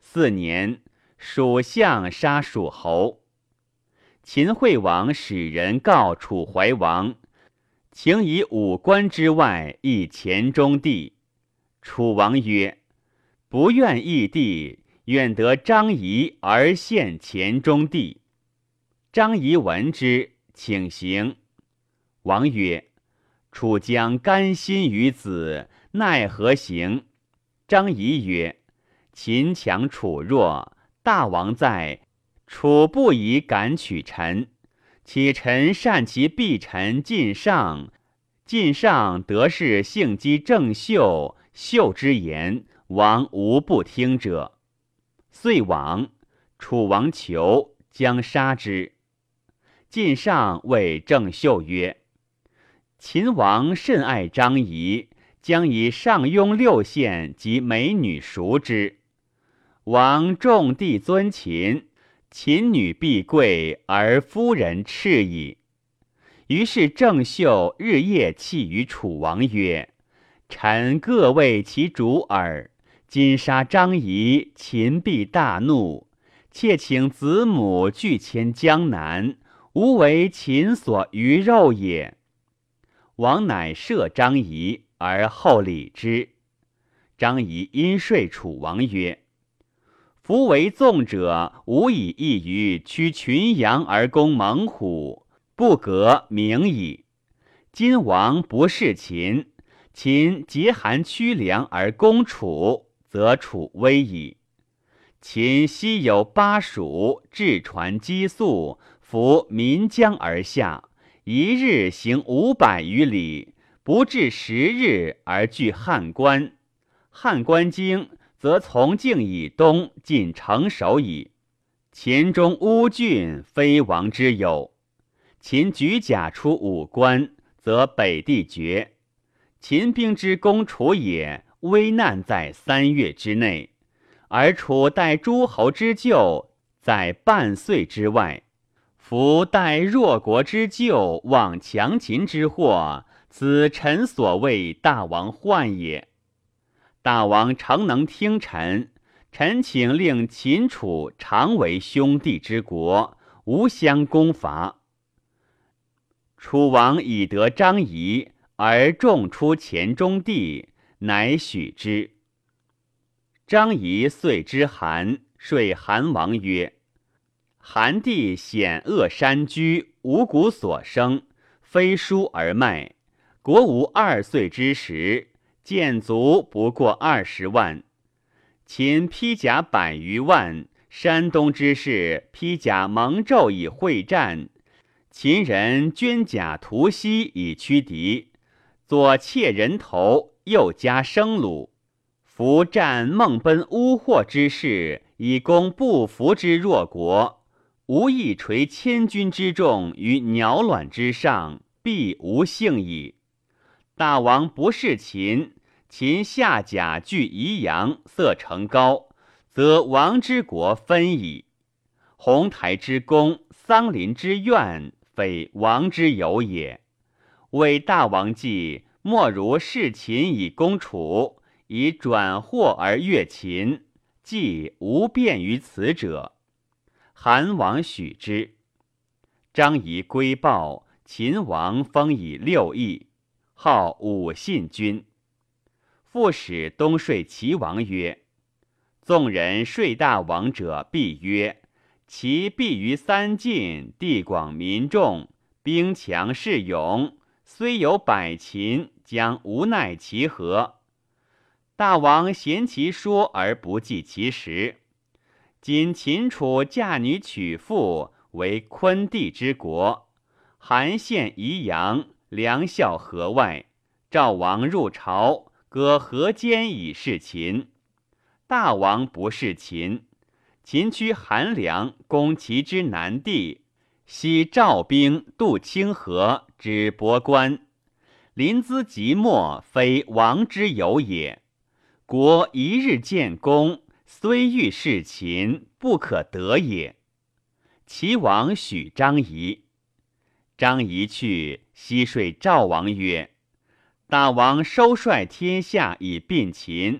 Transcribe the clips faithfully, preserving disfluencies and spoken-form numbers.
四年，蜀相杀蜀侯。秦惠王使人告楚怀王，请以五关之外议黔中地。楚王曰：不愿议地，愿得张仪而献黔中地。张仪闻之，请行。王曰：楚将甘心于子，奈何行？张仪曰：秦强楚弱，大王在，楚不宜敢取臣。岂臣善其避臣晋上，晋上得是性姬正秀，秀之言，王无不听者。遂往，楚王求，将杀之。晋上谓郑袖曰：秦王甚爱张仪，将以上庸六县及美女赎之。王重地尊秦，秦女必贵，而夫人赤矣。于是郑袖日夜泣于楚王曰：臣各为其主耳，今杀张仪，秦必大怒。妾请子母拒迁江南，无为秦所鱼肉也。王乃赦张仪，而后礼之。张仪因说楚王曰：夫为纵者，无以异于驱群羊而攻猛虎，不革名矣。今王不事秦，秦结韩驱梁而攻楚，则楚危矣。秦西有巴蜀，至船击粟，扶岷江而下，一日行五百余里，不至十日而据汉关。汉关经，则从境以东尽成守矣。秦中乌郡，非王之有。秦举甲出五关，则北地绝。秦兵之攻楚也，危难在三月之内，而楚待诸侯之救，在半岁之外。夫待弱国之救，望强秦之祸，此臣所谓大王患也。大王诚能听臣，臣请令秦楚常为兄弟之国，无相攻伐。楚王以得张仪，而众出黔中地，乃许之。张仪遂之韩，说韩王曰：韩地险恶山居，五谷所生，非书而卖。国无二岁之时，建卒不过二十万。秦披甲百余万，山东之士披甲蒙胄以会战。秦人捐甲涂犀以驱敌，左切人头，右加生虏。夫战孟奔乌获之士，以攻不服之弱国，无一垂千军之众于鸟卵之上，必无幸矣。大王不事秦，秦下甲据宜阳，色成高，则王之国分矣。鸿台之功，桑林之怨，非王之有也。为大王计，莫如事秦以攻楚，以转祸而越秦，计无变于此者。韩王许之。张仪归报，秦王封以六邑，号武信君。复使东说齐王曰：纵人说大王者，必曰其必于三晋，地广民众，兵强势勇，虽有百秦，将无奈其何。大王贤其说而不计其实。今秦楚嫁女娶妇，为昆地之国，韩县宜阳，梁孝河外，赵王入朝，割河间以事秦。大王不事秦，秦驱韩梁攻齐之南地，西赵兵渡清河，止博关。临淄即没，非王之有也。国一日建功，虽欲事秦，不可得也。齐王许张仪。张仪去，西说赵王曰：大王收率天下以并秦，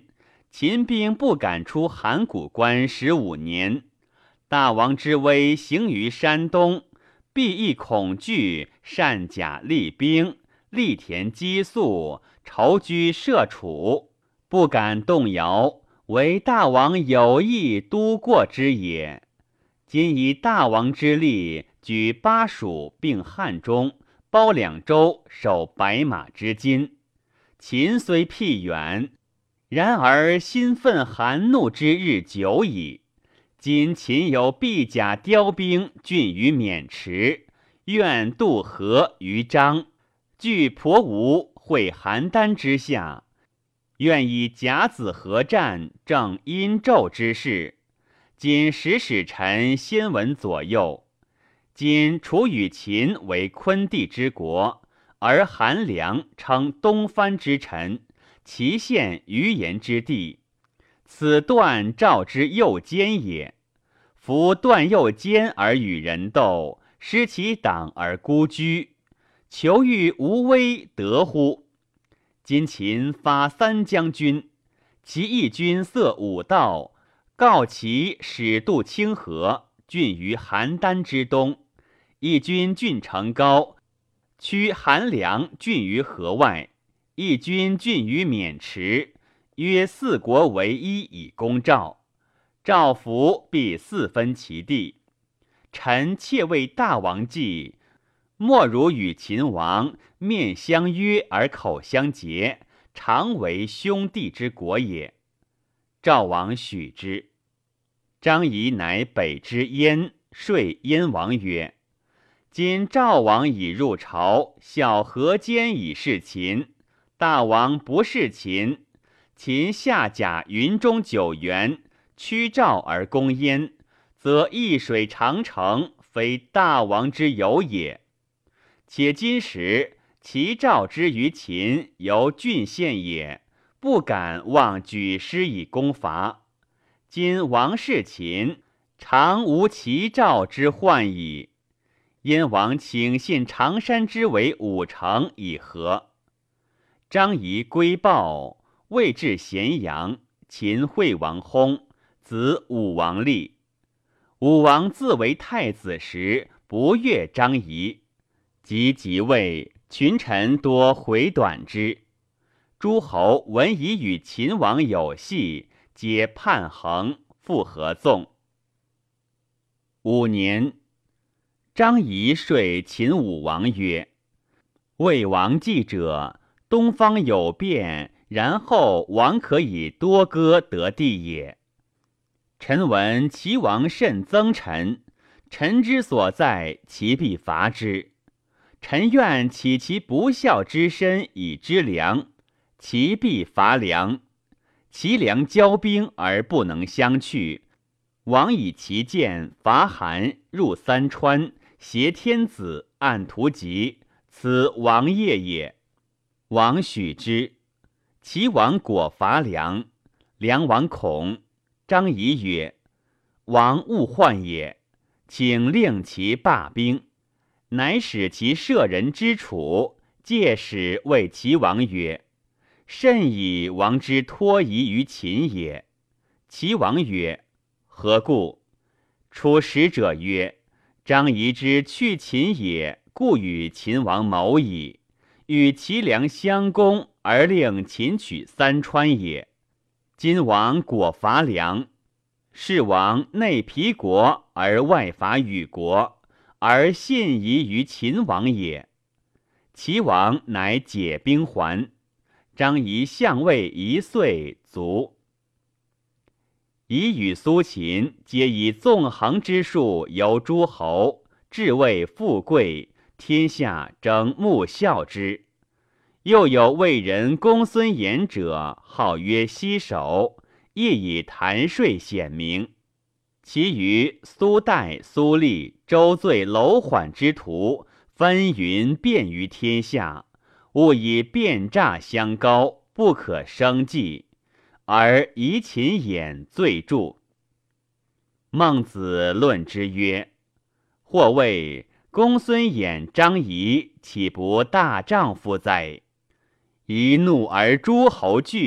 秦兵不敢出函谷关十五年，大王之威行于山东，必亦恐惧，善甲利兵，力田积粟，筹居社处，不敢动摇，为大王有意都过之也。今以大王之力，举巴蜀并汉中，包两州，守白马之津。秦虽僻远，然而心愤含怒之日久矣。今秦有必甲雕兵郡于渑池，愿渡河于漳，据鄱吴会邯郸之下，愿以甲子合战，正殷纣之事。今使使臣先闻左右。今楚与秦为昆地之国，而韩梁称东藩之臣，其县余言之地。此段赵之右奸也。夫段右奸而与人斗，失其党而孤居，求欲无威得乎？今秦发三将军，其一军塞五道，告其使渡清河，郡于邯郸之东；一军郡城高，驱韩梁郡于河外；一军郡于渑池，约四国为一以攻赵。赵服必四分其地。臣妾为大王计，莫如与秦王面相约而口相结，常为兄弟之国也。赵王许之。张仪乃北之燕，说燕王曰：今赵王已入朝，小何间以事秦，大王不事秦，秦下甲云中九原，驱赵而攻燕，则易水长城，非大王之有也。且今时其赵之于秦，由郡县也，不敢妄举师以攻伐。今王事秦，常无其赵之患矣。燕王请信常山之为武城以和。张仪归报，未至咸阳，秦惠王薨，子武王立。武王自为太子时，不悦张仪，及即位，群臣多回短之。诸侯闻以与秦王有隙，皆叛衡，复合纵。五年，张仪说秦武王曰：魏王计者，东方有变，然后王可以多割得地也。臣闻齐王甚憎臣，臣之所在，其必伐之。臣愿起其不孝之身以知良，其必伐良。其良交兵而不能相去，王以其剑伐韩，入三川，挟天子，按图籍，此王业也。王许之。齐王果伐梁，梁王恐。张仪曰：王勿患也，请令其罢兵。乃使其舍人之楚，借使谓齐王曰：甚以王之托夷于秦也。齐王曰：何故？楚使者曰：张仪之去秦也，故与秦王谋矣。与齐梁相攻，而令秦取三川也。今王果伐梁，是王内皮国而外伐羽国，而信夷于秦王也。齐王乃解兵还。张仪相位一岁卒。夷与苏秦皆以纵横之术游诸侯，至位富贵，天下争慕效之。又有魏人公孙衍者，号曰西首，亦以谈税显名。其余苏代、苏厉、周醉、楼缓之徒，纷纭遍于天下，勿以变诈相高，不可生计，而夷秦衍罪著。孟子论之曰：或谓公孙衍、张仪，岂不大丈夫哉？一怒而诸侯惧，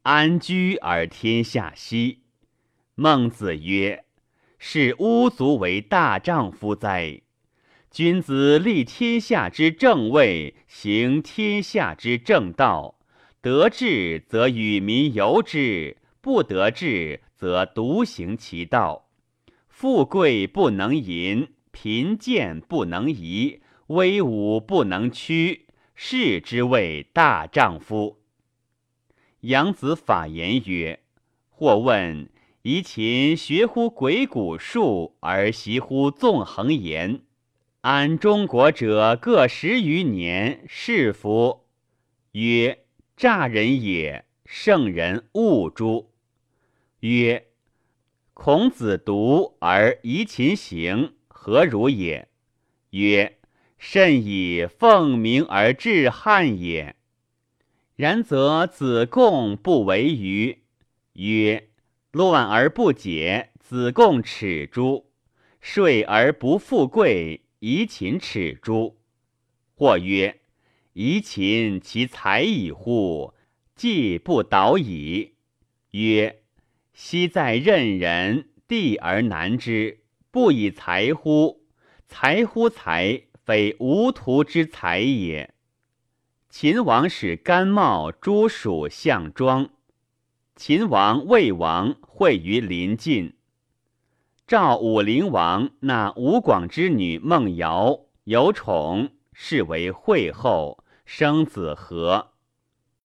安居而天下息？孟子曰：是巫族为大丈夫哉！君子立天下之正位，行天下之正道。得志则与民由之，不得志则独行其道。富贵不能淫，贫贱不能移，威武不能屈，是之谓大丈夫。杨子法言曰：或问夷秦学乎鬼谷术，而习乎纵横言。安中国者各十余年，是夫？曰：诈人也，圣人误诸。曰：孔子独而夷秦行，何如也？曰：甚以奉名而治汉也。然则子贡不为于？曰：乱而不解，子贡耻诸；税而不富贵，夷秦耻诸。或曰：夷秦其才矣乎？既不导矣。曰：昔在任人，地而难之，不以才乎？才乎才，非无徒之才也。秦王使甘茂、朱蜀相庄，秦王、魏王会于临晋。赵武灵王纳吴广之女孟瑶，有宠，是为惠后，生子和。